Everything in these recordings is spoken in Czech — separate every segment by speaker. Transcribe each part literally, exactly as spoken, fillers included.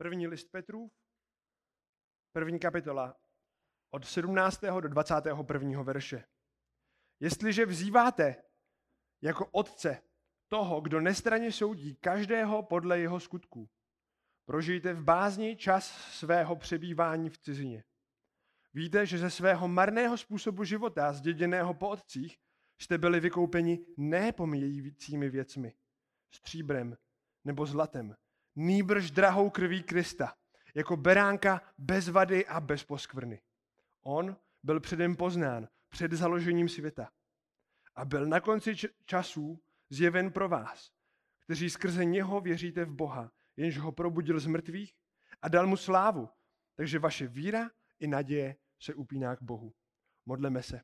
Speaker 1: První list Petrův, první kapitola, od sedmnáctého do dvacátého prvního verše. Jestliže vzýváte jako otce toho, kdo nestranně soudí každého podle jeho skutků, prožijte v bázni čas svého přebývání v cizině. Víte, že ze svého marného způsobu života, zděděného po otcích, jste byli vykoupeni ne pomíjejícími věcmi, stříbrem nebo zlatem, nýbrž drahou krví Krista, jako beránka bez vady a bez poskvrny. On byl předem poznán před založením světa a byl na konci časů zjeven pro vás, kteří skrze něho věříte v Boha, jenž ho probudil z mrtvých a dal mu slávu, takže vaše víra i naděje se upíná k Bohu. Modleme se.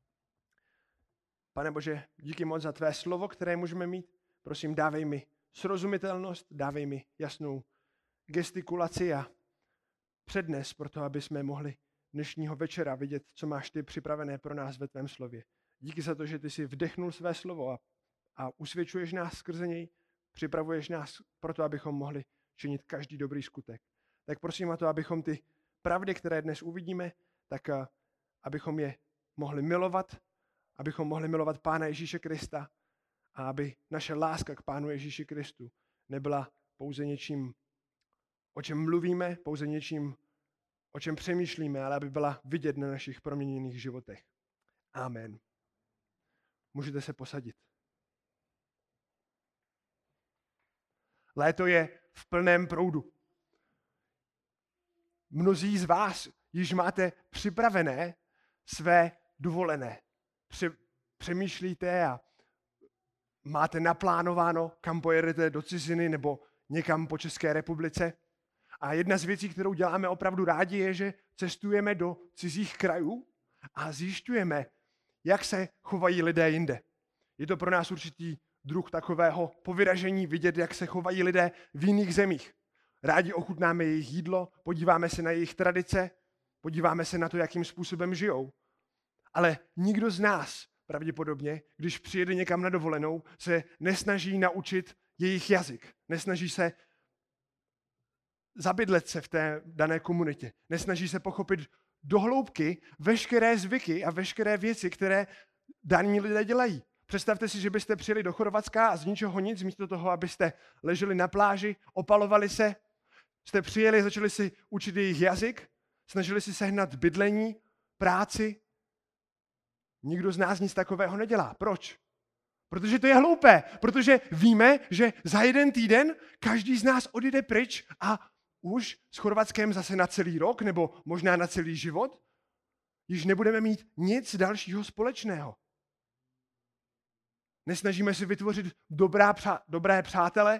Speaker 1: Pane Bože, díky moc za tvé slovo, které můžeme mít. Prosím, dávej mi srozumitelnost, dávej mi jasnou gestikulaci a přednes pro to, aby jsme mohli dnešního večera vidět, co máš ty připravené pro nás ve tvém slově. Díky za to, že ty jsi vdechnul své slovo a, a usvědčuješ nás skrze něj, připravuješ nás pro to, abychom mohli činit každý dobrý skutek. Tak prosím o to, abychom ty pravdy, které dnes uvidíme, tak a, abychom je mohli milovat, abychom mohli milovat Pána Ježíše Krista a aby naše láska k Pánu Ježíši Kristu nebyla pouze něčím, o čem mluvíme, pouze něčím, o čem přemýšlíme, ale aby byla vidět na našich proměněných životech. Amen. Můžete se posadit. Léto je v plném proudu. Mnozí z vás již máte připravené své dovolené. Přemýšlíte a máte naplánováno, kam pojedete do ciziny nebo někam po České republice. A jedna z věcí, kterou děláme opravdu rádi, je, že cestujeme do cizích krajů a zjišťujeme, jak se chovají lidé jinde. Je to pro nás určitý druh takového povyražení vidět, jak se chovají lidé v jiných zemích. Rádi ochutnáme jejich jídlo, podíváme se na jejich tradice, podíváme se na to, jakým způsobem žijou. Ale nikdo z nás, pravděpodobně, když přijede někam na dovolenou, se nesnaží naučit jejich jazyk. Nesnaží se zabydlet se v té dané komunitě. Nesnaží se pochopit do hloubky veškeré zvyky a veškeré věci, které daní lidé dělají. Představte si, že byste přijeli do Chorvatska a z ničeho nic, místo toho, abyste leželi na pláži, opalovali se, jste přijeli, začali si učit jejich jazyk, snažili si sehnat bydlení, práci. Nikdo z nás nic takového nedělá. Proč? Protože to je hloupé, protože víme, že za jeden týden každý z nás odjede pryč a už s Chorvatskem zase na celý rok, nebo možná na celý život, již nebudeme mít nic dalšího společného. Nesnažíme se vytvořit dobrá, dobré přátele.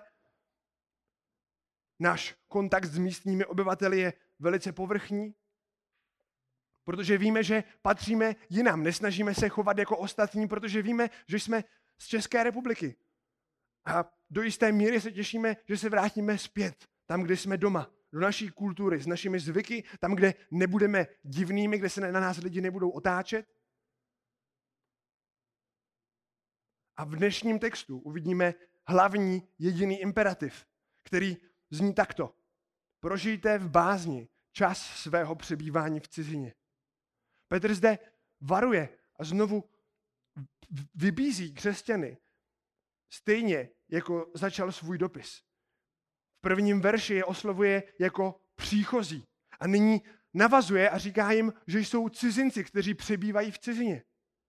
Speaker 1: Náš kontakt s místními obyvateli je velice povrchní, protože víme, že patříme jinam. Nesnažíme se chovat jako ostatní, protože víme, že jsme z České republiky. A do jisté míry se těšíme, že se vrátíme zpět, tam, kde jsme doma, do naší kultury, s našimi zvyky, tam, kde nebudeme divnými, kde se na nás lidi nebudou otáčet. A v dnešním textu uvidíme hlavní jediný imperativ, který zní takto. Prožijte v bázni čas svého přebývání v cizině. Petr zde varuje a znovu vybízí křesťany stejně, jako začal svůj dopis. V prvním verši je oslovuje jako příchozí a nyní navazuje a říká jim, že jsou cizinci, kteří přebývají v cizině.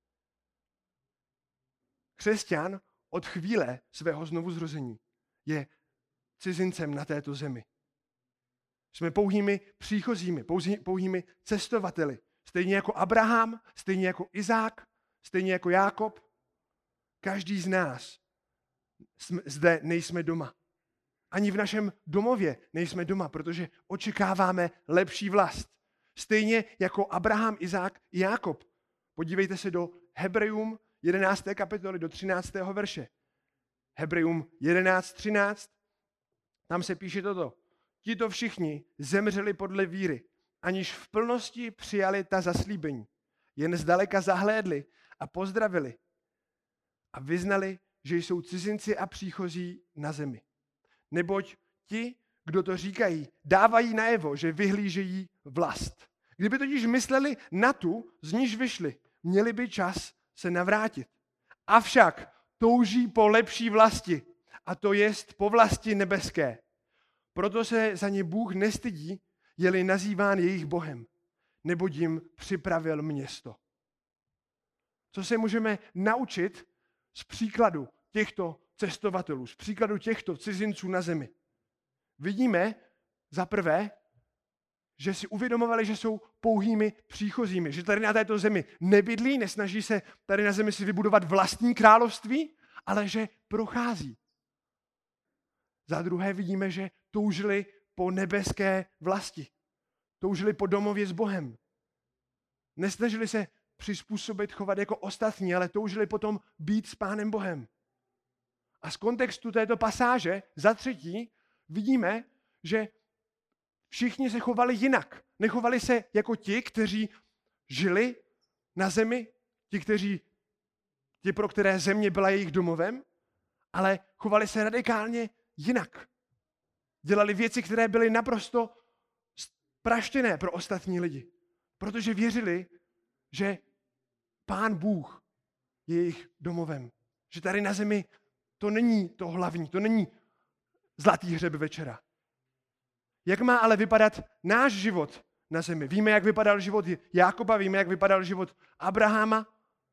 Speaker 1: Křesťan od chvíle svého znovuzrození je cizincem na této zemi. Jsme pouhými příchozími, pouhými cestovateli. Stejně jako Abraham, stejně jako Izák, stejně jako Jákob. Každý z nás zde nejsme doma. Ani v našem domově nejsme doma, protože očekáváme lepší vlast. Stejně jako Abraham, Izák i Jákob. Podívejte se do Hebrejům jedenácté kapitoly, do třináctého verše. Hebrejům jedenáct třináct, tam se píše toto. Tito všichni zemřeli podle víry, aniž v plnosti přijali ta zaslíbení. Jen zdaleka zahlédli a pozdravili a vyznali, že jsou cizinci a příchozí na zemi. Neboť ti, kdo to říkají, dávají najevo, že vyhlížejí vlast. Kdyby totiž mysleli na tu, z níž vyšli, měli by čas se navrátit. Avšak touží po lepší vlasti, a to jest po vlasti nebeské. Proto se za ně Bůh nestydí, je-li nazýván jejich Bohem, neboť jim připravil město. Co se můžeme naučit z příkladu těchto cestovatelů, z příkladu těchto cizinců na zemi? Vidíme za prvé, že si uvědomovali, že jsou pouhými příchozími, že tady na této zemi nebydlí, nesnaží se tady na zemi si vybudovat vlastní království, ale že prochází. Za druhé vidíme, že toužili po nebeské vlasti. Toužili po domově s Bohem. Nesnažili se přizpůsobit, chovat jako ostatní, ale toužili potom být s Pánem Bohem. A z kontextu této pasáže za třetí vidíme, že všichni se chovali jinak. Nechovali se jako ti, kteří žili na zemi, ti, kteří, ti, pro které země byla jejich domovem, ale chovali se radikálně jinak. Dělali věci, které byly naprosto praštěné pro ostatní lidi, protože věřili, že Pán Bůh je jejich domovem. Že tady na zemi to není to hlavní, to není zlatý hřeb večera. Jak má ale vypadat náš život na zemi? Víme, jak vypadal život Jákoba, víme, jak vypadal život Abrahama.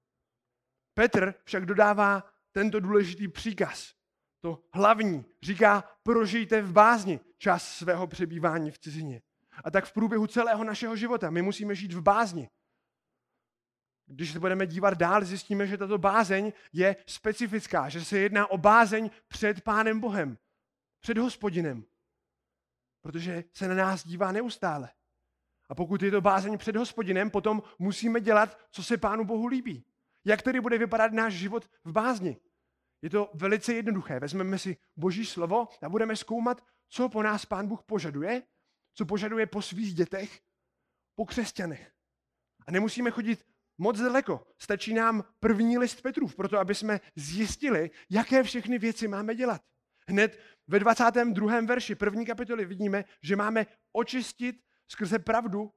Speaker 1: Petr však dodává tento důležitý příkaz. To hlavní říká, prožijte v bázni čas svého přebývání v cizině. A tak v průběhu celého našeho života my musíme žít v bázni. Když se budeme dívat dál, zjistíme, že tato bázeň je specifická, že se jedná o bázeň před Pánem Bohem, před Hospodinem, protože se na nás dívá neustále. A pokud je to bázeň před Hospodinem, potom musíme dělat, co se Pánu Bohu líbí. Jak tedy bude vypadat náš život v bázni? Je to velice jednoduché. Vezmeme si Boží slovo a budeme zkoumat, co po nás Pán Bůh požaduje, co požaduje po svých dětech, po křesťanech. A nemusíme chodit moc daleko. Stačí nám první list Petrův, proto aby jsme zjistili, jaké všechny věci máme dělat. Hned ve dvacátém druhém verši první kapitoly vidíme, že máme očistit skrze pravdu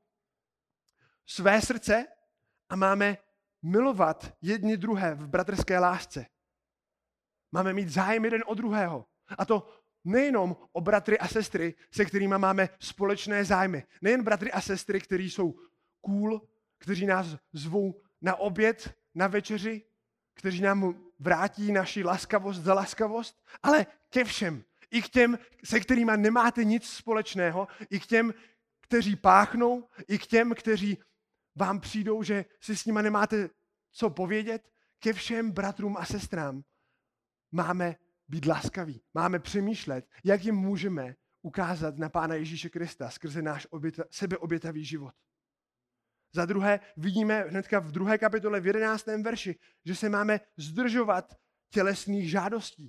Speaker 1: své srdce a máme milovat jedni druhé v bratrské lásce. Máme mít zájem jeden o druhého. A to nejenom o bratry a sestry, se kterými máme společné zájmy. Nejen bratry a sestry, kteří jsou cool, kteří nás zvou na oběd, na večeři, kteří nám vrátí naši laskavost za laskavost, ale ke všem. I k těm, se kterými nemáte nic společného, i k těm, kteří páchnou, i k těm, kteří vám přijdou, že si s nimi nemáte co povědět. Ke všem bratrům a sestrám máme být laskaví, máme přemýšlet, jak jim můžeme ukázat na Pána Ježíše Krista skrze náš oběta, sebeobětavý život. Za druhé vidíme hnedka v druhé kapitole v jedenáctém verši, že se máme zdržovat tělesných žádostí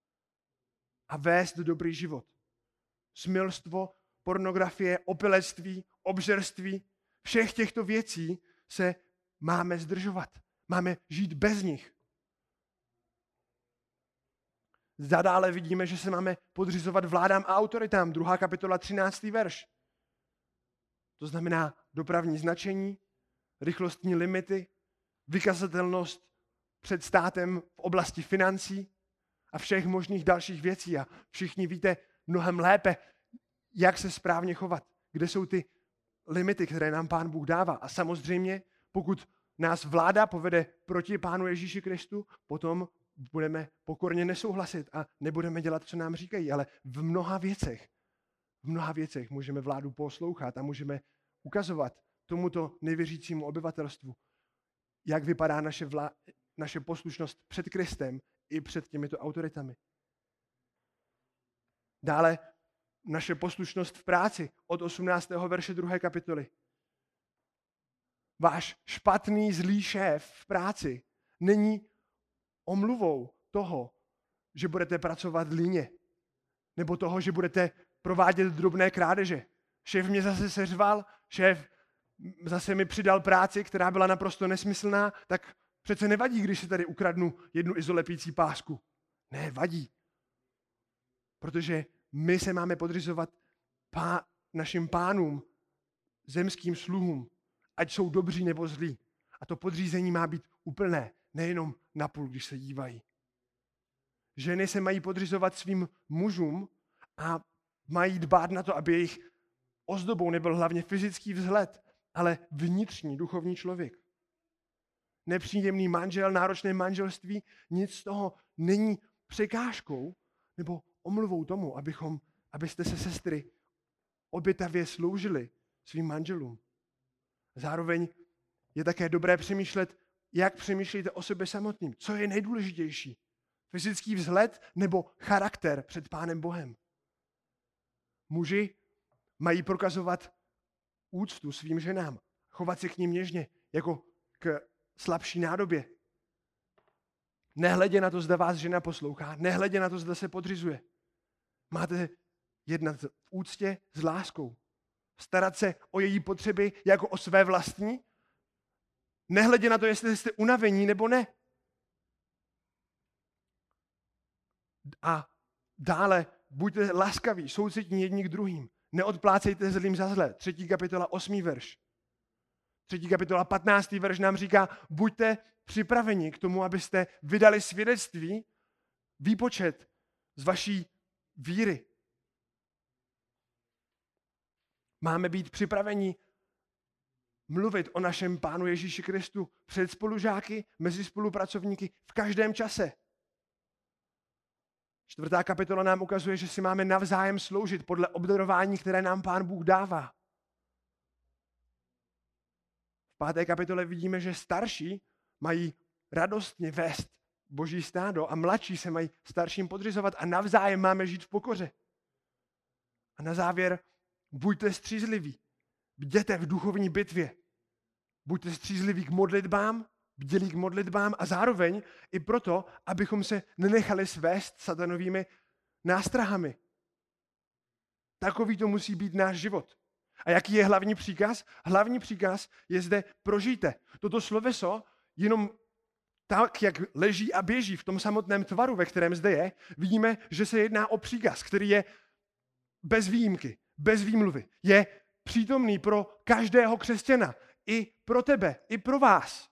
Speaker 1: a vést dobrý život. Smilstvo, pornografie, opilectví, obžerství, všech těchto věcí se máme zdržovat. Máme žít bez nich. Zadále vidíme, že se máme podřizovat vládám a autoritám. Druhá kapitola, třináctý verš. To znamená dopravní značení, rychlostní limity, vykazatelnost před státem v oblasti financí a všech možných dalších věcí. A všichni víte mnohem lépe, jak se správně chovat, kde jsou ty limity, které nám Pán Bůh dává. A samozřejmě, pokud nás vláda povede proti Pánu Ježíši Kristu, potom budeme pokorně nesouhlasit a nebudeme dělat, co nám říkají. Ale v mnoha věcech, v mnoha věcech můžeme vládu poslouchat a můžeme ukazovat tomuto nevěřícímu obyvatelstvu, jak vypadá naše, vlá- naše poslušnost před Kristem i před těmito autoritami. Dále naše poslušnost v práci od osmnáctého verše druhé kapitoly. Váš špatný, zlý šéf v práci není omluvou toho, že budete pracovat líně, nebo toho, že budete provádět drobné krádeže. Šéf mě zase seřval, šéf zase mi přidal práci, která byla naprosto nesmyslná, tak přece nevadí, když si tady ukradnu jednu izolepící pásku. Ne, vadí. Protože my se máme podřizovat pá, našim pánům, zemským sluhům, ať jsou dobří nebo zlí. A to podřízení má být úplné, nejenom napůl, když se dívají. Ženy se mají podřizovat svým mužům a mají dbát na to, aby jejich ozdobou nebyl hlavně fyzický vzhled, ale vnitřní, duchovní člověk. Nepříjemný manžel, náročné manželství, nic z toho není překážkou nebo omluvou tomu, abychom, abyste se, sestry, obětavě sloužili svým manželům. Zároveň je také dobré přemýšlet, jak přemýšlíte o sobě samotným. Co je nejdůležitější? Fyzický vzhled nebo charakter před Pánem Bohem? Muži mají prokazovat úctu svým ženám, chovat se k ním něžně, jako k slabší nádobě. Nehledě na to, zda vás žena poslouchá, nehledě na to, zda se podřizuje. Máte jednat v úctě s láskou. Starat se o její potřeby jako o své vlastní, nehledě na to, jestli jste unavení nebo ne. A dále buďte laskaví, soucitní jedni k druhým. Neodplácejte zlým za zlé. Třetí kapitola, osmý verš. Třetí kapitola, patnáctý verš nám říká, buďte připraveni k tomu, abyste vydali svědectví, výpočet z vaší víry. Máme být připraveni mluvit o našem Pánu Ježíši Kristu před spolužáky, mezi spolupracovníky v každém čase. Čtvrtá kapitola nám ukazuje, že si máme navzájem sloužit podle obdarování, které nám Pán Bůh dává. V páté kapitole vidíme, že starší mají radostně vést Boží stádo a mladší se mají starším podřizovat a navzájem máme žít v pokoře. A na závěr, buďte střízliví, bděte v duchovní bitvě. Buďte střízliví k modlitbám, bdělí k modlitbám a zároveň i proto, abychom se nenechali svést satanovými nástrahami. Takový to musí být náš život. A jaký je hlavní příkaz? Hlavní příkaz je zde prožijte. Toto sloveso jenom tak, jak leží a běží v tom samotném tvaru, ve kterém zde je, vidíme, že se jedná o příkaz, který je bez výjimky, bez výmluvy. Je přítomný pro každého křesťana. I pro tebe, i pro vás.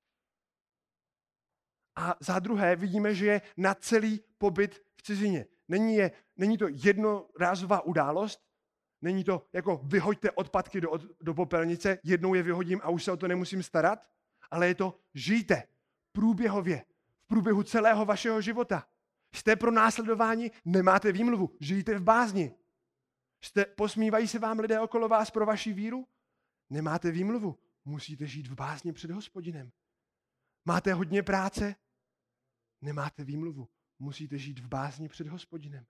Speaker 1: A za druhé vidíme, že je na celý pobyt v cizině. Není, je, není to jednorázová událost, není to jako vyhoďte odpadky do, do popelnice, jednou je vyhodím a už se o to nemusím starat, ale je to žijte průběhově, v průběhu celého vašeho života. Jste pro následování, nemáte výmluvu, žijte v bázni. Jste, posmívají se vám lidé okolo vás pro vaši víru? Nemáte výmluvu, musíte žít v bázni před Hospodinem. Máte hodně práce? Nemáte výmluvu, musíte žít v bázni před Hospodinem.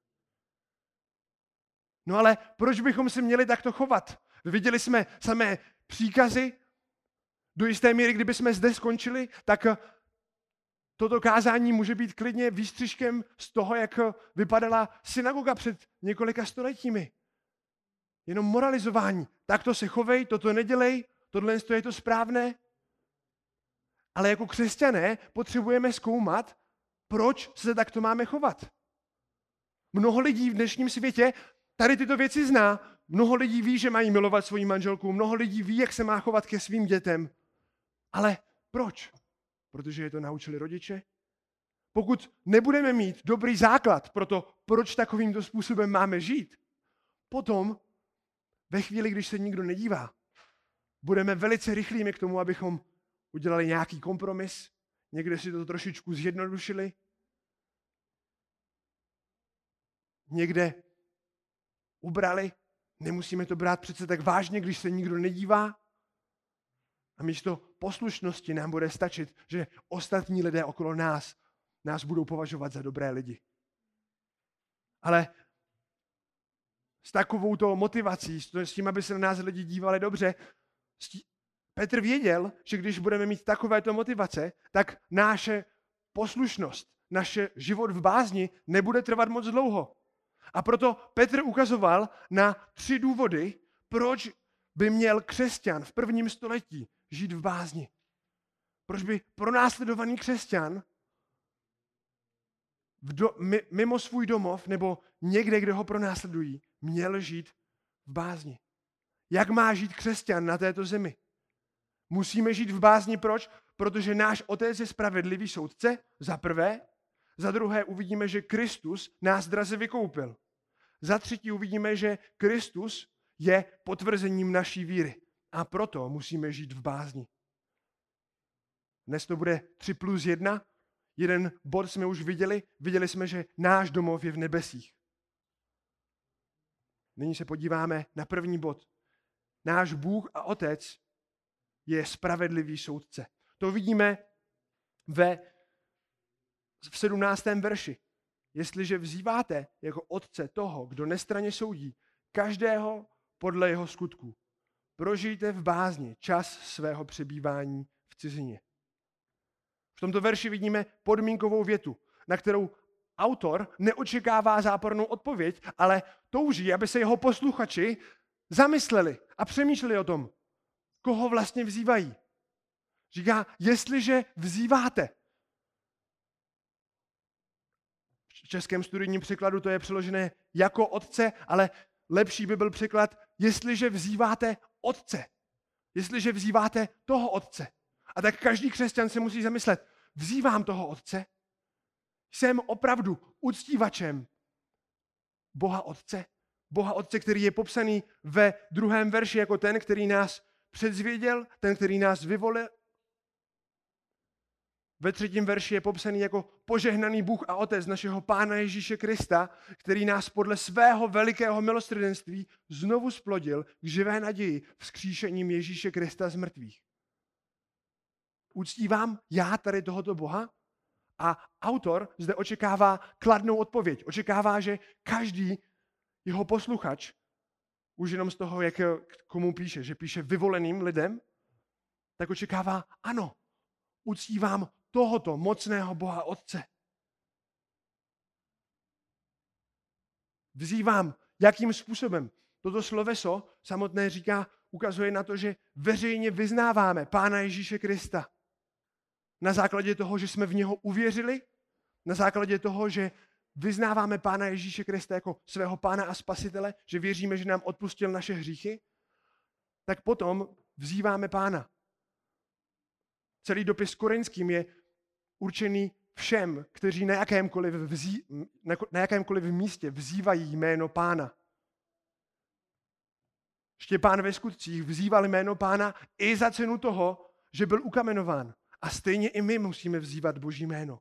Speaker 1: No ale proč bychom se měli takto chovat? Viděli jsme samé příkazy, do jisté míry, kdyby jsme zde skončili, tak toto kázání může být klidně výstřižkem z toho, jak vypadala synagoga před několika stoletími. Jenom moralizování. Takto se chovej, toto nedělej, tohle je to správné. Ale jako křesťané potřebujeme zkoumat, proč se takto máme chovat. Mnoho lidí v dnešním světě tady tyto věci zná. Mnoho lidí ví, že mají milovat svoji manželku. Mnoho lidí ví, jak se má chovat ke svým dětem. Ale proč? Protože je to naučili rodiče? Pokud nebudeme mít dobrý základ pro to, proč takovýmto způsobem máme žít, potom ve chvíli, když se nikdo nedívá, budeme velice rychlými k tomu, abychom udělali nějaký kompromis, někde si to trošičku zjednodušili, někde ubrali, nemusíme to brát přece tak vážně, když se nikdo nedívá. A místo poslušnosti nám bude stačit, že ostatní lidé okolo nás nás budou považovat za dobré lidi. Ale s takovouto motivací, s tím, aby se na nás lidi dívali dobře, Petr věděl, že když budeme mít takovéto motivace, tak naše poslušnost, naše život v bázni nebude trvat moc dlouho. A proto Petr ukazoval na tři důvody, proč by měl křesťan v prvním století žít v bázni. Proč by pronásledovaný křesťan v do, mimo svůj domov nebo někde, kde ho pronásledují, měl žít v bázni. Jak má žít křesťan na této zemi? Musíme žít v bázni, proč? Protože náš Otec je spravedlivý soudce, za prvé. Za druhé uvidíme, že Kristus nás draze vykoupil. Za třetí uvidíme, že Kristus je potvrzením naší víry. A proto musíme žít v bázni. Dnes to bude tři plus jedna. Jeden bod jsme už viděli. Viděli jsme, že náš domov je v nebesích. Nyní se podíváme na první bod. Náš Bůh a Otec je spravedlivý soudce. To vidíme ve, v sedmnáctém verši. Jestliže vzýváte jako otce toho, kdo nestranně soudí, každého podle jeho skutků, prožijte v bázni čas svého přebývání v cizině. V tomto verši vidíme podmínkovou větu, na kterou autor neočekává zápornou odpověď, ale touží, aby se jeho posluchači zamysleli a přemýšleli o tom, koho vlastně vzývají. Říká, jestliže vzýváte. V českém studijním překladu to je přeložené jako otce, ale lepší by byl překlad, jestliže vzýváte otce. Jestliže vzýváte toho otce. A tak každý křesťan se musí zamyslet, vzývám toho otce? Jsem opravdu uctívačem Boha Otce? Boha Otce, který je popsaný ve druhém verši jako ten, který nás předzvěděl, ten, který nás vyvolil. Ve třetím verši je popsaný jako požehnaný Bůh a Otec našeho Pána Ježíše Krista, který nás podle svého velikého milosrdenství znovu splodil k živé naději vzkříšením Ježíše Krista z mrtvých. Uctívám já tady tohoto Boha? A autor zde očekává kladnou odpověď. Očekává, že každý jeho posluchač, už jenom z toho, jak komu píše, že píše vyvoleným lidem, tak očekává, ano, uctívám tohoto mocného Boha Otce. Vzývám, jakým způsobem. Toto sloveso samotné říká, ukazuje na to, že veřejně vyznáváme Pána Ježíše Krista. Na základě toho, že jsme v něho uvěřili, na základě toho, že vyznáváme Pána Ježíše Krista jako svého Pána a Spasitele, že věříme, že nám odpustil naše hříchy, tak potom vzýváme Pána. Celý dopis korinským je určený všem, kteří na jakémkoliv, vzí, na, na jakémkoliv místě vzývají jméno Pána. Štěpán ve skutcích vzýval jméno Pána i za cenu toho, že byl ukamenován. A stejně i my musíme vzývat Boží jméno.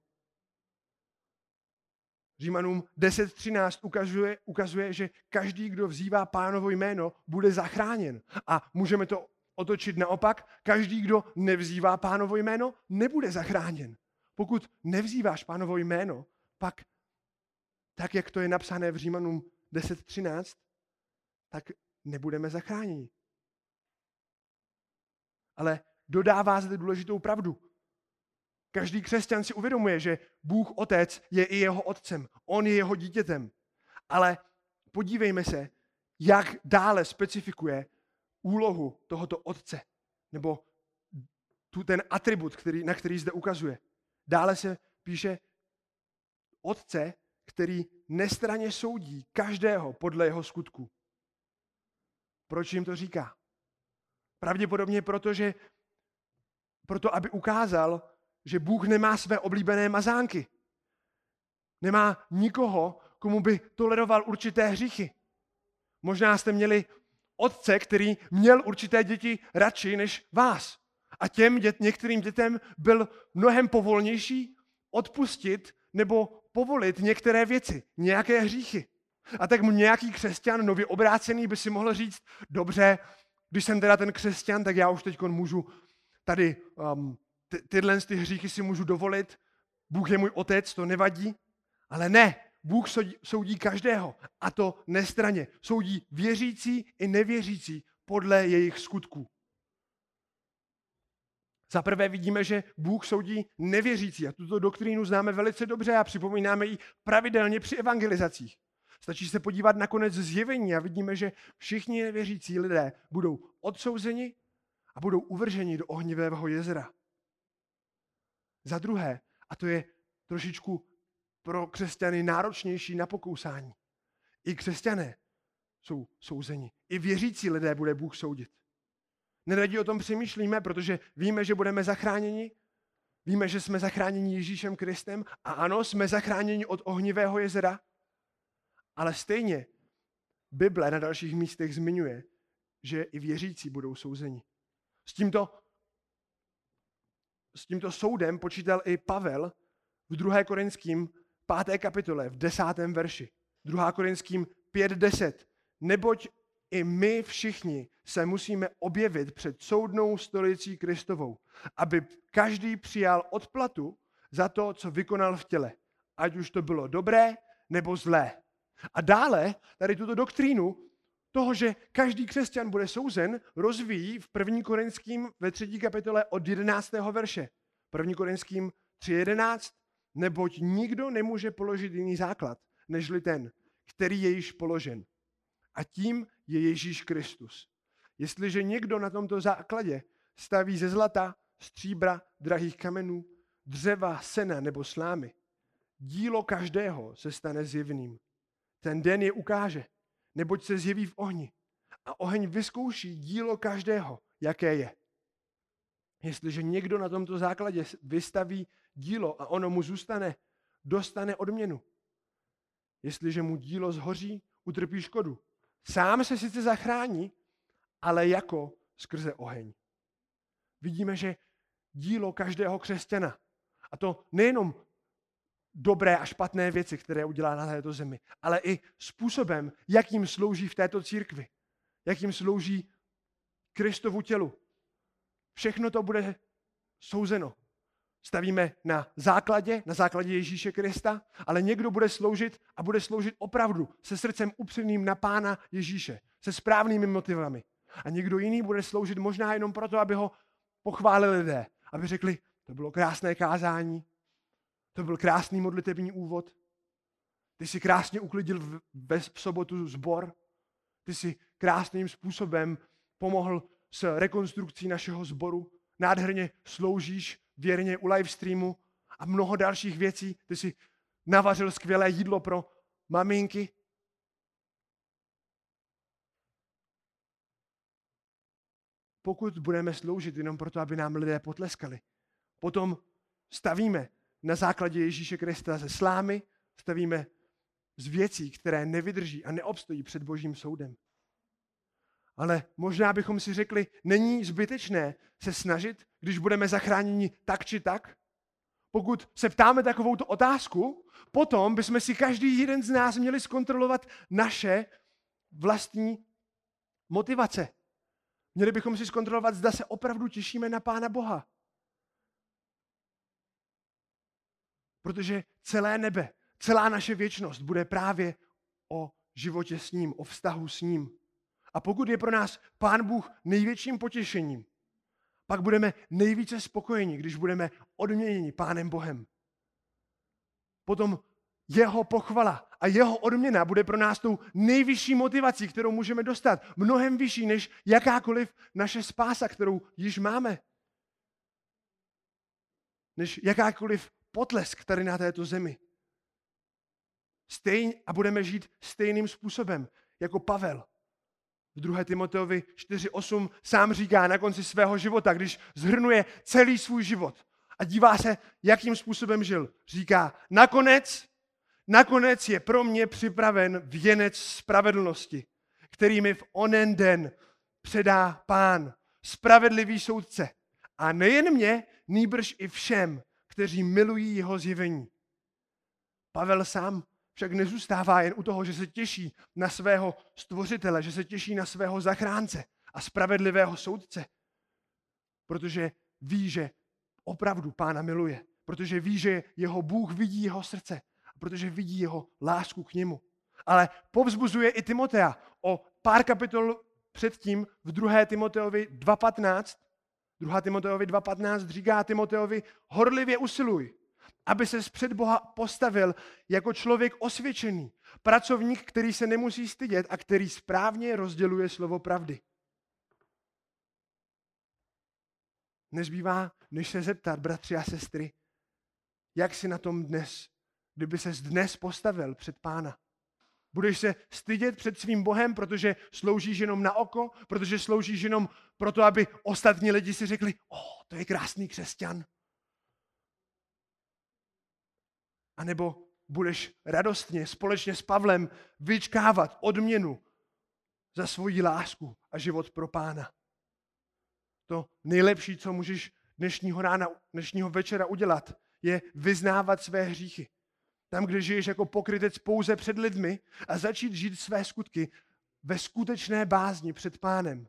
Speaker 1: Římanům deset třináct ukazuje, ukazuje, že každý, kdo vzývá Pánovo jméno, bude zachráněn. A můžeme to otočit naopak. Každý, kdo nevzývá Pánovo jméno, nebude zachráněn. Pokud nevzýváš Pánovo jméno, pak, tak jak to je napsané v Římanům deset třináct, tak nebudeme zachráněni. Ale dodává zde důležitou pravdu. Každý křesťan si uvědomuje, že Bůh Otec je i jeho otcem. On je jeho dítětem. Ale podívejme se, jak dále specifikuje úlohu tohoto otce. Nebo tu ten atribut, který, na který zde ukazuje. Dále se píše otce, který nestranně soudí každého podle jeho skutku. Proč jim to říká? Pravděpodobně proto, že proto, aby ukázal, že Bůh nemá své oblíbené mazánky. Nemá nikoho, komu by toleroval určité hříchy. Možná jste měli otce, který měl určité děti radši než vás. A těm dět, některým dětem byl mnohem povolnější odpustit nebo povolit některé věci, nějaké hříchy. A tak nějaký křesťan, nově obrácený, by si mohl říct, dobře, když jsem teda ten křesťan, tak já už teď můžu tady um, ty, tyhle ty hříchy si můžu dovolit. Bůh je můj otec, to nevadí. Ale ne, Bůh soudí, soudí každého. A to nestranně. Soudí věřící i nevěřící podle jejich skutků. Za prvé vidíme, že Bůh soudí nevěřící. A tuto doktrínu známe velice dobře a připomínáme ji pravidelně při evangelizacích. Stačí se podívat na konec zjevení a vidíme, že všichni nevěřící lidé budou odsouzeni a budou uvrženi do ohnivého jezera. Za druhé, a to je trošičku pro křesťany náročnější na pokousání. I křesťané jsou souzeni. I věřící lidé bude Bůh soudit. Neradi o tom přemýšlíme, protože víme, že budeme zachráněni. Víme, že jsme zachráněni Ježíšem Kristem a ano, jsme zachráněni od ohnivého jezera, ale stejně Bible na dalších místech zmiňuje, že i věřící budou souzeni. S tímto, s tímto soudem počítal i Pavel v druhé Korinským páté kapitole, v desátém verši. druhá Korinským pět deset. Neboť i my všichni se musíme objevit před soudnou stolicí Kristovou, aby každý přijal odplatu za to, co vykonal v těle. Ať už to bylo dobré nebo zlé. A dále tady tuto doktrínu toho, že každý křesťan bude souzen, rozvíjí v první Korinským ve třetí kapitole od jedenáctého verše. první Korinským tři jedenáct. Neboť nikdo nemůže položit jiný základ, nežli ten, který je již položen. A tím je Ježíš Kristus. Jestliže někdo na tomto základě staví ze zlata, stříbra, drahých kamenů, dřeva, sena nebo slámy, dílo každého se stane zjevným. Ten den je ukáže, neboť se zjeví v ohni. A oheň vyzkouší dílo každého, jaké je. Jestliže někdo na tomto základě vystaví dílo a ono mu zůstane, dostane odměnu. Jestliže mu dílo zhoří, utrpí škodu. Sám se sice zachrání, ale jako skrze oheň. Vidíme, že dílo každého křesťana, a to nejenom dobré a špatné věci, které udělá na této zemi, ale i způsobem, jakým slouží v této církvi, jakým slouží Kristovu tělu. Všechno to bude souzeno. Stavíme na základě, na základě Ježíše Krista, ale někdo bude sloužit a bude sloužit opravdu se srdcem upřeným na Pána Ježíše, se správnými motivami. A někdo jiný bude sloužit možná jenom proto, aby ho pochválili lidé, aby řekli, to bylo krásné kázání, to byl krásný modlitební úvod, ty jsi krásně uklidil v, v, v sobotu sbor, ty jsi krásným způsobem pomohl s rekonstrukcí našeho sboru, nádherně sloužíš věrně u live streamu a mnoho dalších věcí. Ty jsi navařil skvělé jídlo pro maminky. Pokud budeme sloužit jenom proto, aby nám lidé potleskali, potom stavíme na základě Ježíše Krista ze slámy, stavíme z věcí, které nevydrží a neobstojí před Božím soudem. Ale možná bychom si řekli, není zbytečné se snažit, když budeme zachráněni tak či tak? Pokud se ptáme takovouto otázku, potom bychom si každý jeden z nás měli zkontrolovat naše vlastní motivace. Měli bychom si zkontrolovat, zda se opravdu těšíme na Pána Boha. Protože celé nebe, celá naše věčnost bude právě o životě s ním, o vztahu s ním. A pokud je pro nás Pán Bůh největším potěšením, pak budeme nejvíce spokojeni, když budeme odměněni Pánem Bohem. Potom jeho pochvala a jeho odměna bude pro nás tou nejvyšší motivací, kterou můžeme dostat. Mnohem vyšší než jakákoliv naše spása, kterou již máme. Než jakákoliv potlesk tady na této zemi. Stejně a budeme žít stejným způsobem, jako Pavel. V druhé Timoteovi čtyři osm sám říká na konci svého života, když zhrnuje celý svůj život a dívá se, jakým způsobem žil. Říká, nakonec, nakonec je pro mě připraven věnec spravedlnosti, který mi v onen den předá Pán, spravedlivý soudce. A nejen mě, nýbrž i všem, kteří milují jeho zjevení. Pavel sám však nezůstává jen u toho, že se těší na svého stvořitele, že se těší na svého zachránce a spravedlivého soudce. Protože ví, že opravdu Pána miluje. Protože ví, že jeho Bůh vidí jeho srdce. Protože vidí jeho lásku k němu. Ale povzbuzuje i Timotea. O pár kapitol předtím v druhé Timoteovi dva patnáct druhá Timoteovi dva patnáct říká Timoteovi, horlivě usiluj, aby ses před Boha postavil jako člověk osvědčený, pracovník, který se nemusí stydět a který správně rozděluje slovo pravdy. Nezbývá, než se zeptat, bratři a sestry, jak si na tom dnes, kdyby ses dnes postavil před Pána. Budeš se stydět před svým Bohem, protože sloužíš jenom na oko, protože sloužíš jenom proto, aby ostatní lidi si řekli, o, oh, to je krásný křesťan. A nebo budeš radostně společně s Pavlem vyčkávat odměnu za svoji lásku a život pro Pána. To nejlepší, co můžeš dnešního rána, dnešního večera udělat, je vyznávat své hříchy. Tam, kde žiješ jako pokrytec pouze před lidmi a začít žít své skutky ve skutečné bázni před Pánem.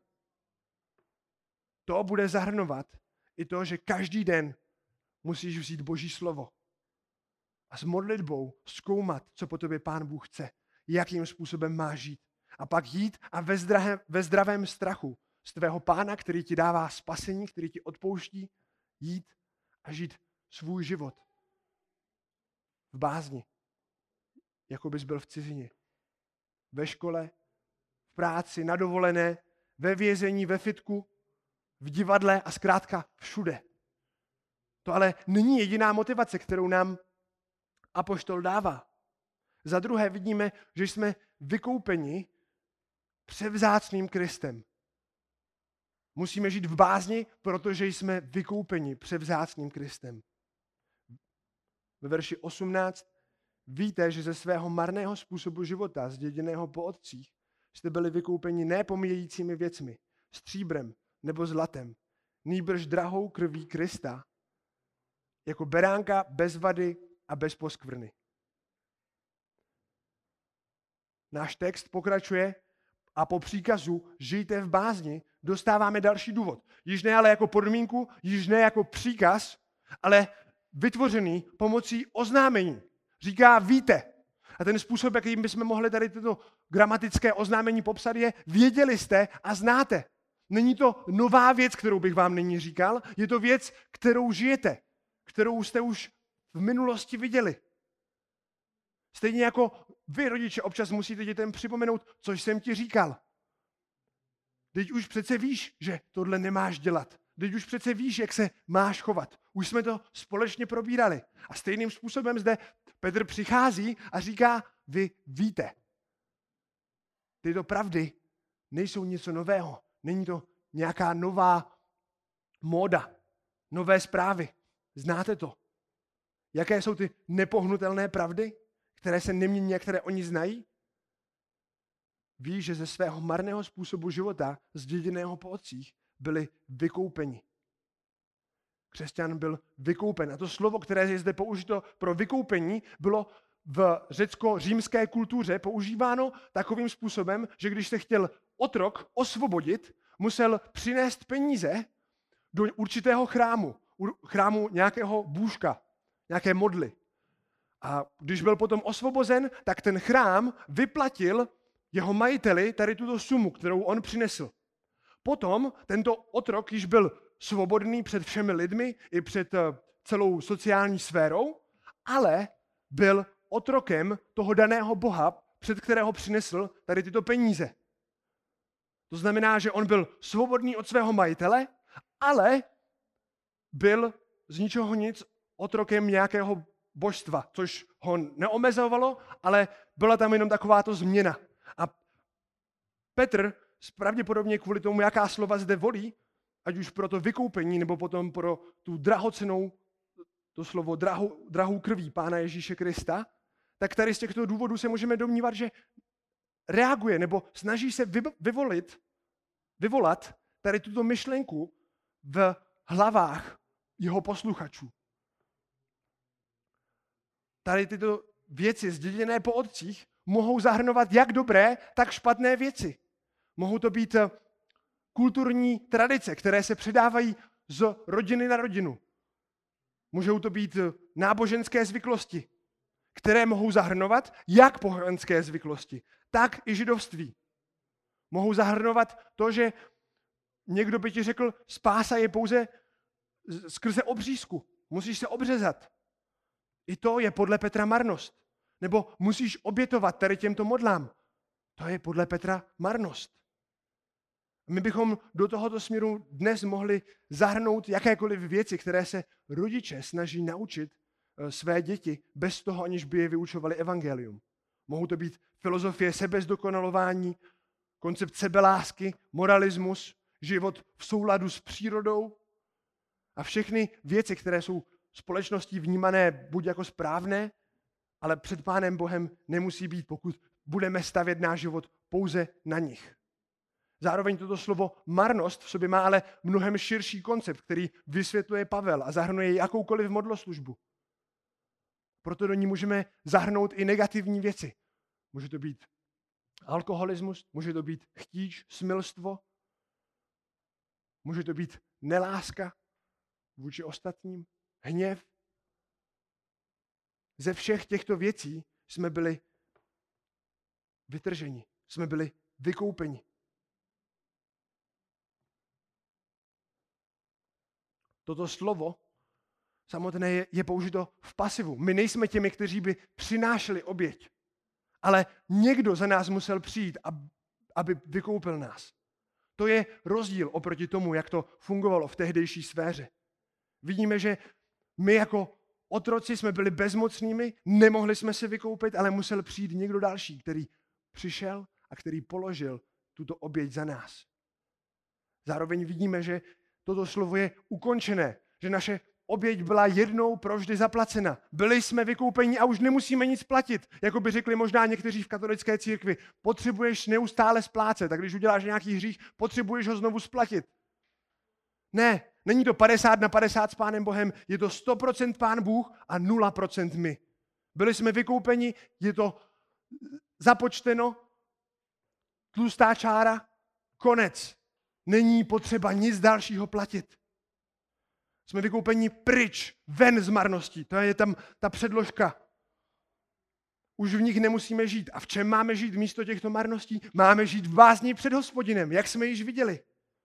Speaker 1: To bude zahrnovat i to, že každý den musíš vzít Boží slovo a s modlitbou zkoumat, co po tobě Pán Bůh chce, jakým způsobem máš žít. A pak jít a ve, zdrahe, ve zdravém strachu z tvého Pána, který ti dává spasení, který ti odpouští, jít a žít svůj život v bázni, jako bys byl v cizině. Ve škole, v práci, na dovolené, ve vězení, ve fitku, v divadle a zkrátka všude. To ale není jediná motivace, kterou nám apoštol dává. Za druhé vidíme, že jsme vykoupeni převzácným Kristem. Musíme žít v bázni, protože jsme vykoupeni převzácným Kristem. Ve verši osmnáct víte, že ze svého marného způsobu života, zděděného po otcích, jste byli vykoupeni ne pomíjejícími věcmi, stříbrem nebo zlatem, nýbrž drahou krví Krista, jako beránka bez vady a bez poskvrny. Náš text pokračuje a po příkazu žijte v bázni dostáváme další důvod. Již ne ale jako podmínku, již ne jako příkaz, ale vytvořený pomocí oznámení. Říká víte. A ten způsob, jakým bychom mohli tady toto gramatické oznámení popsat, je věděli jste a znáte. Není to nová věc, kterou bych vám nyní říkal, je to věc, kterou žijete, kterou jste už v minulosti viděli. Stejně jako vy, rodiče, občas musíte dětem připomenout, co jsem ti říkal. Teď už přece víš, že tohle nemáš dělat. Teď už přece víš, jak se máš chovat. Už jsme to společně probírali. A stejným způsobem zde Petr přichází a říká, vy víte. Tyto pravdy nejsou něco nového. Není to nějaká nová móda, nové zprávy. Znáte to? Jaké jsou ty nepohnutelné pravdy, které se nemění a které oni znají? Ví, že ze svého marného způsobu života, zděděného po otcích, byli vykoupeni. Křesťan byl vykoupen. A to slovo, které je zde použito pro vykoupení, bylo v řecko-římské kultuře používáno takovým způsobem, že když se chtěl otrok osvobodit, musel přinést peníze do určitého chrámu, chrámu nějakého bůžka, nějaké modly. A když byl potom osvobozen, tak ten chrám vyplatil jeho majiteli tady tuto sumu, kterou on přinesl. Potom tento otrok již byl svobodný před všemi lidmi i před celou sociální sférou, ale byl otrokem toho daného boha, před kterého přinesl tady tyto peníze. To znamená, že on byl svobodný od svého majitele, ale byl z ničeho nic otrokem nějakého božstva, což ho neomezovalo, ale byla tam jenom takováto změna. A Petr pravděpodobně kvůli tomu, jaká slova zde volí, ať už pro to vykoupení, nebo potom pro tu drahocenou, to slovo drahou, drahou krví Pána Ježíše Krista, tak tady z těchto důvodů se můžeme domnívat, že reaguje nebo snaží se vyvolit, vyvolat tady tuto myšlenku v hlavách jeho posluchačů. Tady tyto věci zděděné po otcích mohou zahrnovat jak dobré, tak špatné věci. Mohou to být kulturní tradice, které se předávají z rodiny na rodinu. Můžou to být náboženské zvyklosti, které mohou zahrnovat jak pohanské zvyklosti, tak i židovství. Mohou zahrnovat to, že někdo by ti řekl, spása je pouze skrze obřízku. Musíš se obřezat. I to je podle Petra marnost. Nebo musíš obětovat tady těmto modlám. To je podle Petra marnost. My bychom do tohoto směru dnes mohli zahrnout jakékoliv věci, které se rodiče snaží naučit své děti bez toho, aniž by je vyučovali evangelium. Mohou to být filozofie sebezdokonalování, koncept sebelásky, moralismus, život v souladu s přírodou a všechny věci, které jsou společností vnímané buď jako správné, ale před Pánem Bohem nemusí být, pokud budeme stavět náš život pouze na nich. Zároveň toto slovo marnost v sobě má ale mnohem širší koncept, který vysvětluje Pavel a zahrnuje jakoukoliv modloslužbu. Proto do ní můžeme zahrnout i negativní věci. Může to být alkoholismus, může to být chtíč, smilstvo, může to být neláska vůči ostatním, hněv. Ze všech těchto věcí jsme byli vytrženi, jsme byli vykoupeni. Toto slovo samotné je, je použito v pasivu. My nejsme těmi, kteří by přinášeli oběť, ale někdo za nás musel přijít, aby vykoupil nás. To je rozdíl oproti tomu, jak to fungovalo v tehdejší sféře. Vidíme, že my jako otroci jsme byli bezmocnými, nemohli jsme se vykoupit, ale musel přijít někdo další, který přišel a který položil tuto oběť za nás. Zároveň vidíme, že toto slovo je ukončené, že naše oběť byla jednou provždy zaplacena. Byli jsme vykoupeni a už nemusíme nic platit. Jako by řekli možná někteří v katolické církvi, potřebuješ neustále splácet, tak když uděláš nějaký hřích, potřebuješ ho znovu splatit. Ne, není to padesát na padesát s Pánem Bohem, je to sto procent Pán Bůh a nula procent my. Byli jsme vykoupeni, je to započteno, tlustá čára, konec. Není potřeba nic dalšího platit. Jsme vykoupeni pryč, ven z marností. To je tam ta předložka. Už v nich nemusíme žít. A v čem máme žít místo těchto marností? Máme žít v bázni před Hospodinem, jak jsme již viděli.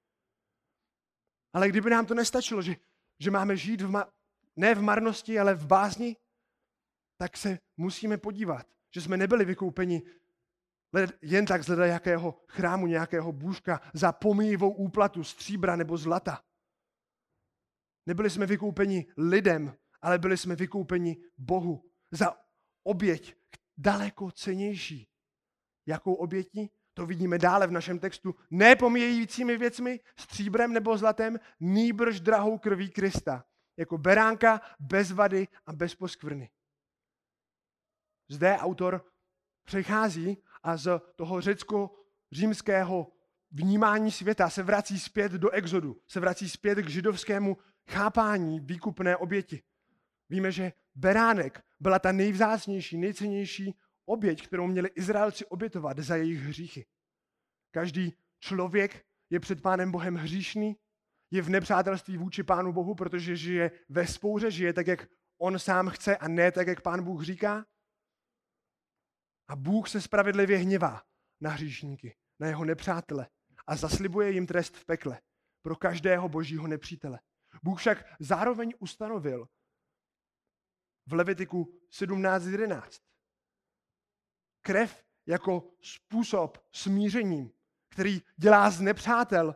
Speaker 1: Ale kdyby nám to nestačilo, že, že máme žít v ma- ne v marnosti, ale v bázni, tak se musíme podívat, že jsme nebyli vykoupeni jen tak z jakého chrámu nějakého bůžka za pomíjivou úplatu stříbra nebo zlata. Nebyli jsme vykoupeni lidem, ale byli jsme vykoupeni Bohu za oběť daleko cennější. Jakou obětí? To vidíme dále v našem textu. Ne pomíjejícími věcmi, stříbrem nebo zlatem, nýbrž drahou krví Krista. Jako beránka bez vady a bez poskvrny. Zde autor přechází a z toho řecko-římského vnímání světa se vrací zpět do Exodu, se vrací zpět k židovskému chápání výkupné oběti. Víme, že beránek byla ta nejvzácnější, nejcennější oběť, kterou měli Izraelci obětovat za jejich hříchy. Každý člověk je před Pánem Bohem hříšný, je v nepřátelství vůči Pánu Bohu, protože žije ve spouře, žije tak, jak on sám chce a ne tak, jak Pán Bůh říká. A Bůh se spravedlivě hněvá na hříšníky, na jeho nepřátele a zaslibuje jim trest v pekle pro každého božího nepřítele. Bůh však zároveň ustanovil v Levitiku sedmnáct jedenáct krev jako způsob smíření, který dělá z nepřátel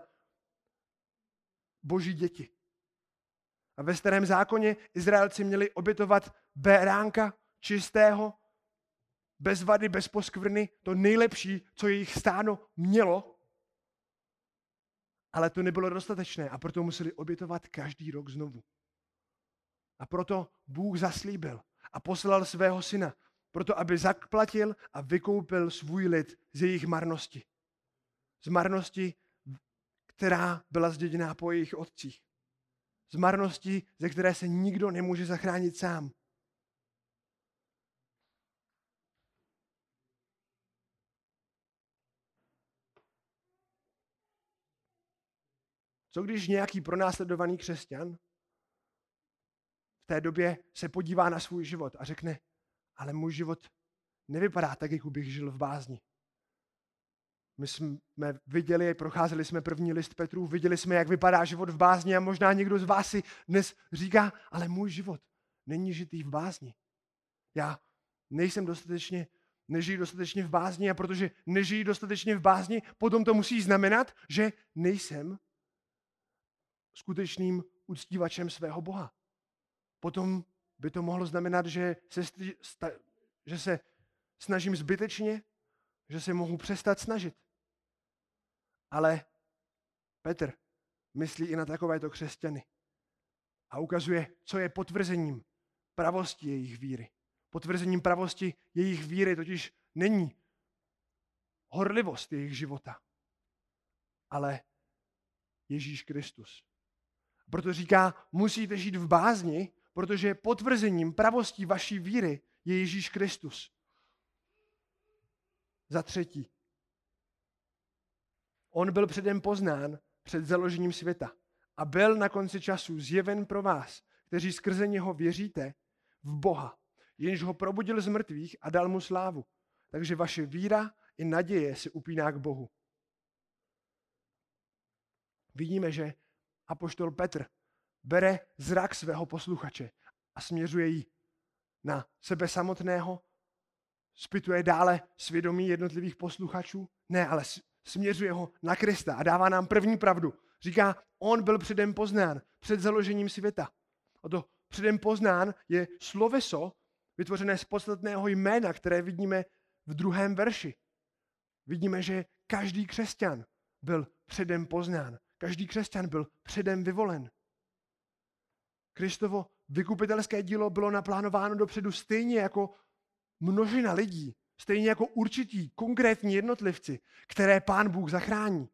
Speaker 1: boží děti. A ve starém zákoně Izraelci měli obětovat beránka čistého, bez vady, bez poskvrny, to nejlepší, co jejich stádo mělo, ale to nebylo dostatečné a proto museli obětovat každý rok znovu. A proto Bůh zaslíbil a poslal svého syna, proto aby zaplatil a vykoupil svůj lid z jejich marnosti. Z marnosti, která byla zděděná po jejich otcích. Z marnosti, ze které se nikdo nemůže zachránit sám. Co když nějaký pronásledovaný křesťan v té době se podívá na svůj život a řekne, ale můj život nevypadá tak, jak bych žil v bázni. My jsme viděli, procházeli jsme první list Petrův, viděli jsme, jak vypadá život v bázni a možná někdo z vás si dnes říká, ale můj život není žitý v bázni. Já nejsem dostatečně, nežiji dostatečně v bázni a protože nežiji dostatečně v bázni, potom to musí znamenat, že nejsem skutečným uctívačem svého Boha. Potom by to mohlo znamenat, že se, sta, že se snažím zbytečně, že se mohu přestat snažit. Ale Petr myslí i na takovéto křesťany a ukazuje, co je potvrzením pravosti jejich víry. Potvrzením pravosti jejich víry totiž není horlivost jejich života, ale Ježíš Kristus. Proto říká, musíte žít v bázni, protože potvrzením pravostí vaší víry je Ježíš Kristus. Za třetí, on byl předem poznán před založením světa a byl na konci času zjeven pro vás, kteří skrze něho věříte v Boha, jenž ho probudil z mrtvých a dal mu slávu. Takže vaše víra i naděje se upíná k Bohu. Vidíme, že apoštol Petr bere zrak svého posluchače a směřuje ji na sebe samotného, zpytuje dále svědomí jednotlivých posluchačů, ne, ale směřuje ho na Krista a dává nám první pravdu. Říká, on byl předem poznán před založením světa. A to předem poznán je sloveso vytvořené z podstatného jména, které vidíme v druhém verši. Vidíme, že každý křesťan byl předem poznán. Každý křesťan byl předem vyvolen. Kristovo vykupitelské dílo bylo naplánováno dopředu stejně jako množina lidí, stejně jako určití konkrétní jednotlivci, které Pán Bůh zachrání.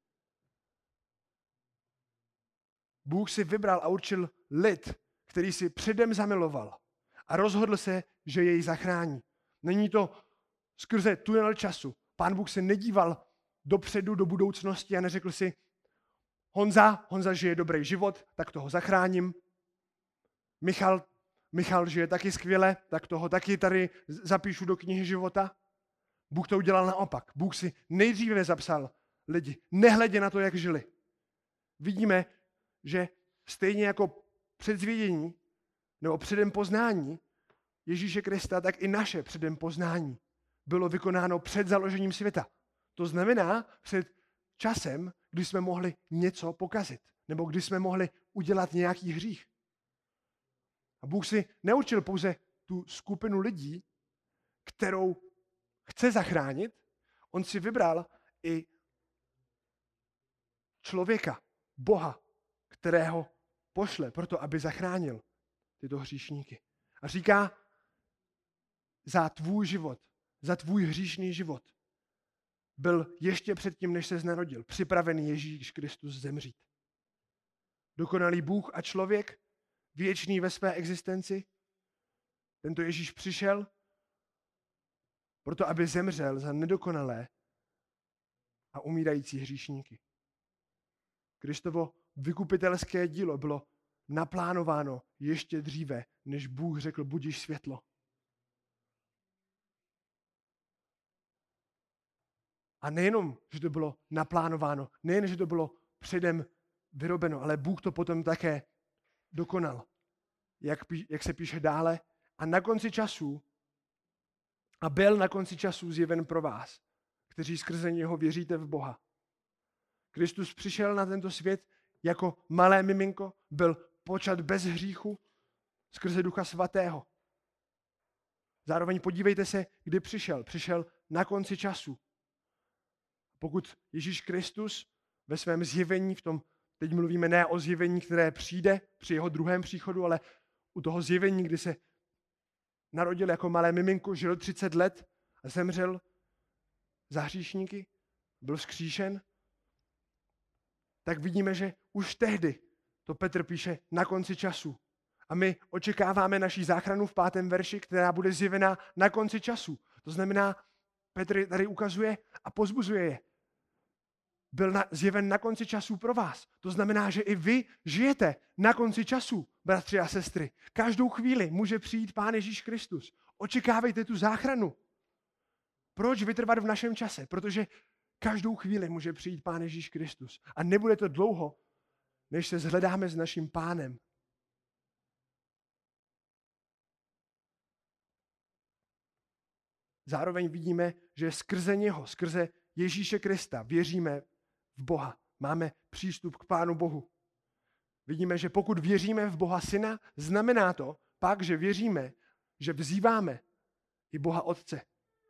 Speaker 1: Bůh si vybral a určil lid, který si předem zamiloval a rozhodl se, že jej zachrání. Není to skrze tunel času. Pán Bůh se nedíval dopředu do budoucnosti a neřekl si, Honza, Honza žije dobrý život, tak toho zachráním. Michal, Michal žije taky skvěle, tak toho taky tady zapíšu do knihy života. Bůh to udělal naopak. Bůh si nejdříve zapsal lidi, nehledě na to, jak žili. Vidíme, že stejně jako předzvědění nebo předem poznání Ježíše Krista, tak i naše předem poznání bylo vykonáno před založením světa. To znamená před časem, kdy jsme mohli něco pokazit, nebo kdy jsme mohli udělat nějaký hřích. A Bůh si neučil pouze tu skupinu lidí, kterou chce zachránit, on si vybral i člověka, Boha, kterého pošle proto, aby zachránil tyto hříšníky. A říká, za tvůj život, za tvůj hříšný život byl ještě předtím, než se narodil, připravený Ježíš Kristus zemřít. Dokonalý Bůh a člověk, věčný ve své existenci, tento Ježíš přišel proto, aby zemřel za nedokonalé a umírající hříšníky. Kristovo vykupitelské dílo bylo naplánováno ještě dříve, než Bůh řekl, budiš světlo. A nejenom, že to bylo naplánováno, nejen, že to bylo předem vyrobeno, ale Bůh to potom také dokonal. Jak, jak se píše dále, a na konci časů, a byl na konci časů zjeven pro vás, kteří skrze něho věříte v Boha. Kristus přišel na tento svět jako malé miminko, byl počat bez hříchu skrze Ducha Svatého. Zároveň podívejte se, kdy přišel. Přišel na konci času. Pokud Ježíš Kristus ve svém zjevení, v tom, teď mluvíme ne o zjevení, které přijde při jeho druhém příchodu, ale u toho zjevení, kdy se narodil jako malé miminko, žil třicet let a zemřel za hříšníky, byl vzkříšen, tak vidíme, že už tehdy, to Petr píše, na konci času. A my očekáváme naší záchranu v pátém verši, která bude zjevena na konci času. To znamená, Petr tady ukazuje a pozbuzuje je. Byl na, zjeven na konci času pro vás. To znamená, že i vy žijete na konci času, bratři a sestry. Každou chvíli může přijít Pán Ježíš Kristus. Očekávejte tu záchranu. Proč vytrvat v našem čase? Protože každou chvíli může přijít Pán Ježíš Kristus. A nebude to dlouho, než se shledáme s naším Pánem. Zároveň vidíme, že skrze něho, skrze Ježíše Krista věříme v Boha. Máme přístup k Pánu Bohu. Vidíme, že pokud věříme v Boha Syna, znamená to pak, že věříme, že vzýváme i Boha Otce.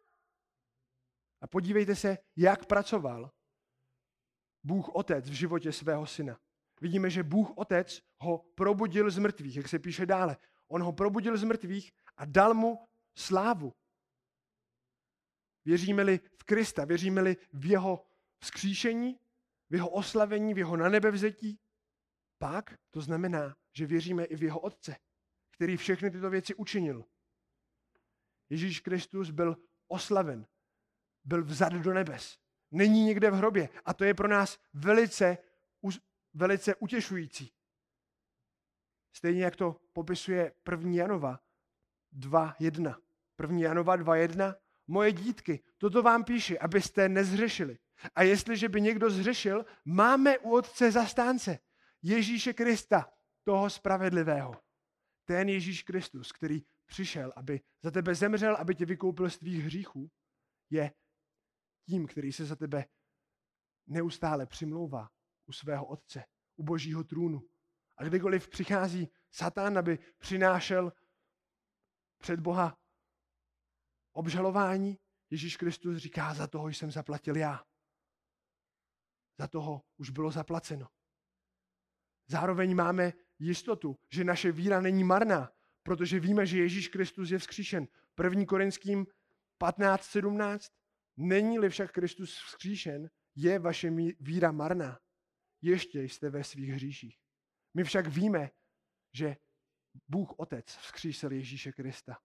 Speaker 1: A podívejte se, jak pracoval Bůh Otec v životě svého syna. Vidíme, že Bůh Otec ho probudil z mrtvých, jak se píše dále. On ho probudil z mrtvých a dal mu slávu. Věříme-li v Krista, věříme-li v jeho vzkříšení, v jeho oslavení, v jeho nanebevzetí, pak to znamená, že věříme i v jeho Otce, který všechny tyto věci učinil. Ježíš Kristus byl oslaven, byl vzat do nebes. Není někde v hrobě a to je pro nás velice, velice utěšující. Stejně jak to popisuje první Janova dva jedna. první Janova dva jedna. Moje dítky, toto vám píši, abyste nezhřešili. A jestliže by někdo zhřešil, máme u Otce zastánce, Ježíše Krista, toho spravedlivého. Ten Ježíš Kristus, který přišel, aby za tebe zemřel, aby tě vykoupil z tvých hříchů, je tím, který se za tebe neustále přimlouvá u svého Otce, u Božího trůnu. A kdykoliv přichází Satan, aby přinášel před Boha obžalování, Ježíš Kristus říká, za toho jsem zaplatil já. Za toho už bylo zaplaceno. Zároveň máme jistotu, že naše víra není marná, protože víme, že Ježíš Kristus je vzkříšen. první Korinským patnáct sedmnáct. Není-li však Kristus vzkříšen, je vaše víra marná. Ještě jste ve svých hříších. My však víme, že Bůh Otec vzkřísil Ježíše Krista.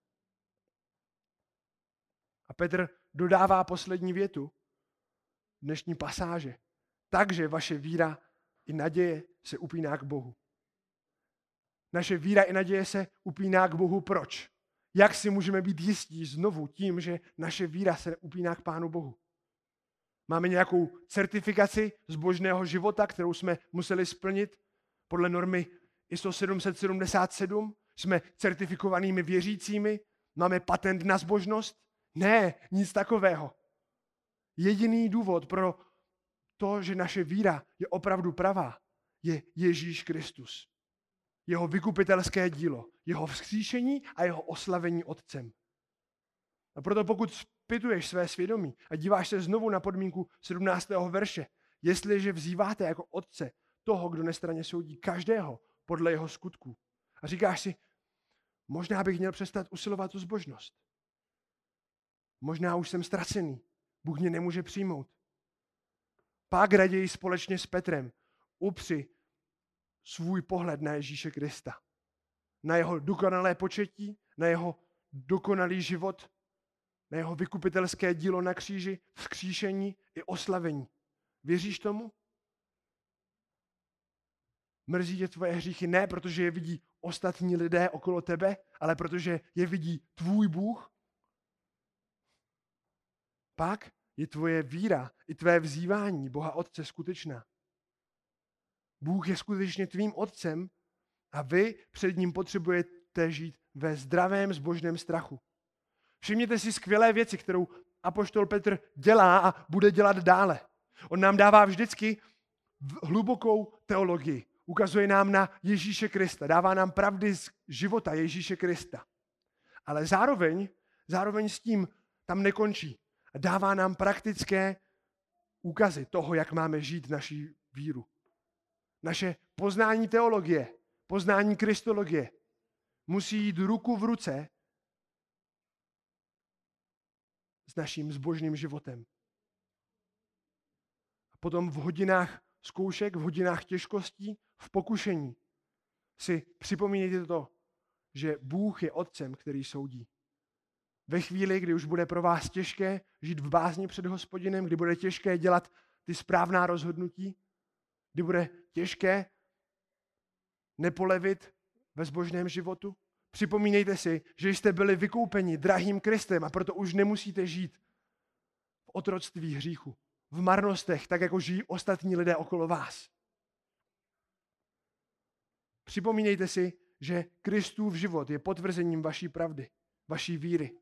Speaker 1: A Petr dodává poslední větu dnešní pasáže. Takže vaše víra i naděje se upíná k Bohu. Naše víra i naděje se upíná k Bohu. Proč? Jak si můžeme být jistí znovu tím, že naše víra se upíná k Pánu Bohu? Máme nějakou certifikaci zbožného života, kterou jsme museli splnit podle normy I S O sedm set sedmdesát sedm? Jsme certifikovanými věřícími? Máme patent na zbožnost? Ne, nic takového. Jediný důvod pro to, že naše víra je opravdu pravá, je Ježíš Kristus. Jeho vykupitelské dílo, jeho vzkříšení a jeho oslavení Otcem. A proto pokud zpytuješ své svědomí a díváš se znovu na podmínku sedmnáctého verše, jestliže vzýváte jako Otce toho, kdo nestranně soudí každého podle jeho skutků. A říkáš si, možná bych měl přestat usilovat o zbožnost. Možná už jsem ztracený. Bůh mě nemůže přijmout. Pak raději společně s Petrem upři svůj pohled na Ježíše Krista. Na jeho dokonalé početí, na jeho dokonalý život, na jeho vykupitelské dílo na kříži, vzkříšení i oslavení. Věříš tomu? Mrzí tě tvoje hříchy ne, protože je vidí ostatní lidé okolo tebe, ale protože je vidí tvůj Bůh? Pak je tvoje víra i tvé vzývání Boha Otce skutečná. Bůh je skutečně tvým Otcem a vy před ním potřebujete žít ve zdravém zbožném strachu. Všimněte si skvělé věci, kterou apoštol Petr dělá a bude dělat dále. On nám dává vždycky hlubokou teologii. Ukazuje nám na Ježíše Krista. Dává nám pravdy z života Ježíše Krista. Ale zároveň, zároveň s tím tam nekončí. A dává nám praktické úkazy toho, jak máme žít naši víru. Naše poznání teologie, poznání kristologie musí jít ruku v ruce s naším zbožným životem. A potom v hodinách zkoušek, v hodinách těžkostí, v pokušení si připomínejte to, že Bůh je Otcem, který soudí. Ve chvíli, kdy už bude pro vás těžké žít v bázni před Hospodinem, kdy bude těžké dělat ty správná rozhodnutí, kdy bude těžké nepolevit ve zbožném životu, připomínejte si, že jste byli vykoupeni drahým Kristem a proto už nemusíte žít v otroctví hříchu, v marnostech, tak jako žijí ostatní lidé okolo vás. Připomínejte si, že Kristův život je potvrzením vaší pravdy, vaší víry.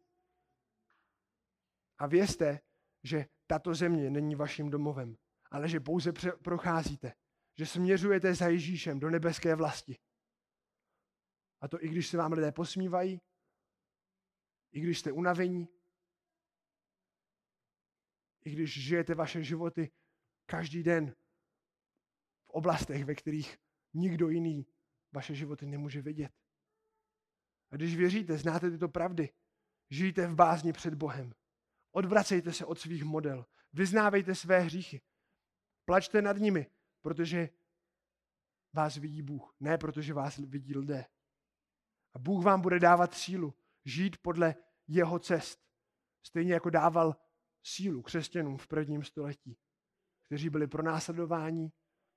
Speaker 1: A vězte, že tato země není vaším domovem, ale že pouze procházíte, že směřujete za Ježíšem do nebeské vlasti. A to i když se vám lidé posmívají, i když jste unavení, I když žijete vaše životy každý den v oblastech, ve kterých nikdo jiný vaše životy nemůže vidět. A když věříte, znáte tyto pravdy, žijte v bázni před Bohem. Odvracejte se od svých model. Vyznávejte své hříchy. Plačte nad nimi, protože vás vidí Bůh, ne protože vás vidí lidé. A Bůh vám bude dávat sílu žít podle jeho cest. Stejně jako dával sílu křesťanům v prvním století, kteří byli pronásledováni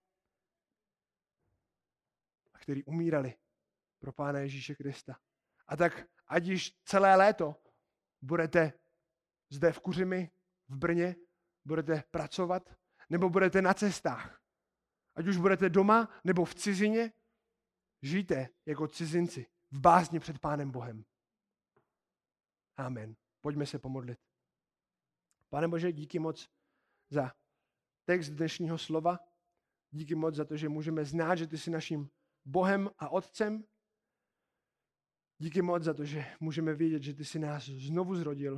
Speaker 1: a kteří umírali pro Pána Ježíše Krista. A tak ať již celé léto budete zde v Kuřimi, v Brně, budete pracovat, nebo budete na cestách. Ať už budete doma, nebo v cizině, žijte jako cizinci v bázni před Pánem Bohem. Amen. Pojďme se pomodlit. Pane Bože, díky moc za text dnešního slova. Díky moc za to, že můžeme znát, že ty jsi naším Bohem a Otcem. Díky moc za to, že můžeme vědět, že ty jsi nás znovu zrodil.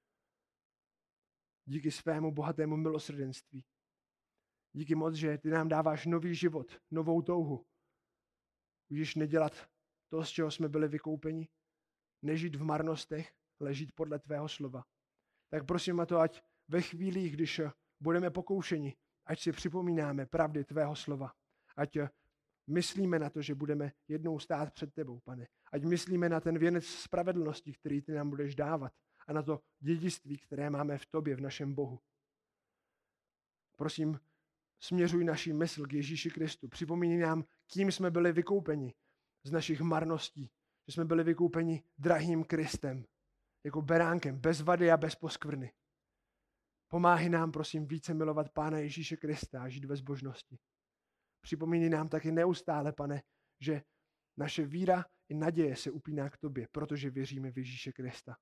Speaker 1: Díky svému bohatému milosrdenství. Díky moc, že ty nám dáváš nový život, novou touhu. Můžeš nedělat to, z čeho jsme byli vykoupeni, nežít v marnostech, ale žít podle tvého slova. Tak prosím a to, ať ve chvílích, když budeme pokoušeni, ať si připomínáme pravdy tvého slova. Ať myslíme na to, že budeme jednou stát před tebou, Pane. Ať myslíme na ten věnec spravedlnosti, který ty nám budeš dávat. A na to dědictví, které máme v tobě, v našem Bohu. Prosím, směřuj naši mysl k Ježíši Kristu. Připomínej nám, kým jsme byli vykoupeni z našich marností. Že jsme byli vykoupeni drahým Kristem. Jako beránkem, bez vady a bez poskvrny. Pomáhej nám, prosím, více milovat Pána Ježíše Krista a žít ve zbožnosti. Připomínej nám taky neustále, Pane, že naše víra i naděje se upíná k tobě, protože věříme v Ježíše Krista.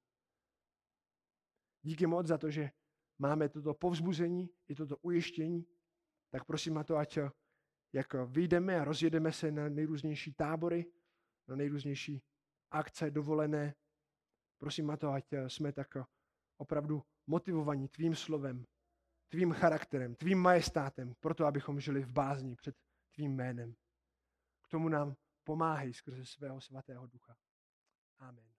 Speaker 1: Díky moc za to, že máme toto povzbuzení i toto ujištění, tak prosím na to, ať jak vyjdeme a rozjedeme se na nejrůznější tábory, na nejrůznější akce dovolené, prosím na to, ať jsme tak opravdu motivovaní tvým slovem, tvým charakterem, tvým majestátem, proto abychom žili v bázni před tvým jménem. K tomu nám pomáhej skrze svého svatého ducha. Amen.